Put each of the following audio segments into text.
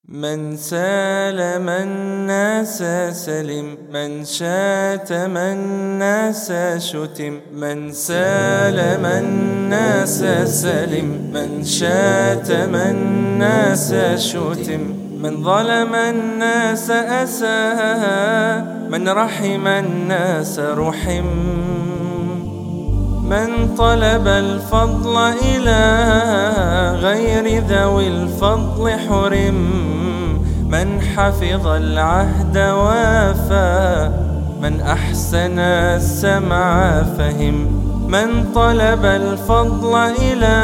من سالم الناس سلم، من شاتم الناس شتم. من سالم الناس سلم، من شاتم الناس شتم. من ظلم الناس أساء، من رحم الناس رحم. من طلب الفضل إلى غير ذوي الفضل حرم. من حفظ العهد وافى، من أحسن السمع فهم. من طلب الفضل إلى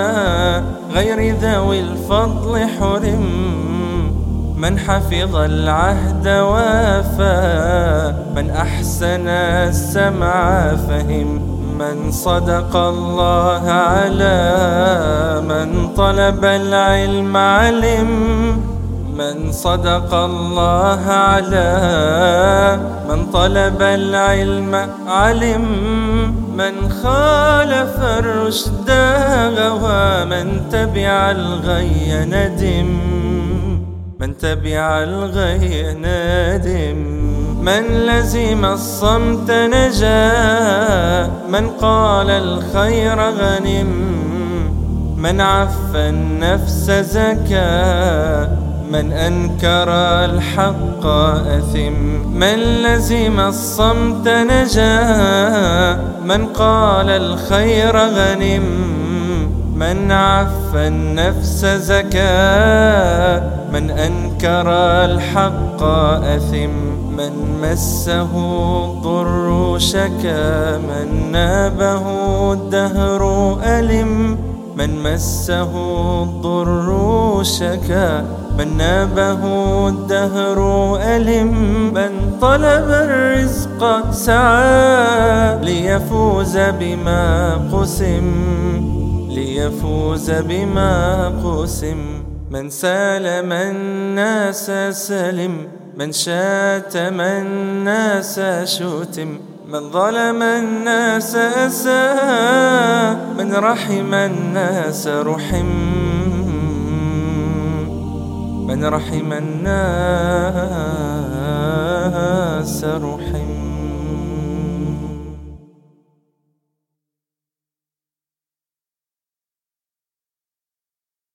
غير ذوي الفضل حرم. من حفظ العهد وافى، من أحسن السمع فهم. من صدق الله على من طلب العلم علم. من صدق الله على من طلب العلم علم. من خالف الرشد غوى، من تبع الغي ندم. من تبع الغي ندم. من لزم الصمت نجا، من قال الخير غنم. من عف النفس زكى، من أنكر الحق أثم. من لزم الصمت نجا، من قال الخير غنم. من عف النفس زكى، من أنكر الحق أثم. من مسه الضر شكا، من نابه الدهر ألم. من مسه الضر شكا، من نابه الدهر ألم. من طلب الرزق سعى، ليفوز بما قسم. ليفوز بما قسم. من سالم الناس سلم، من شاتم الناس شتم. من ظلم الناس أساء، من رحم الناس رحم. من رحم الناس رحم.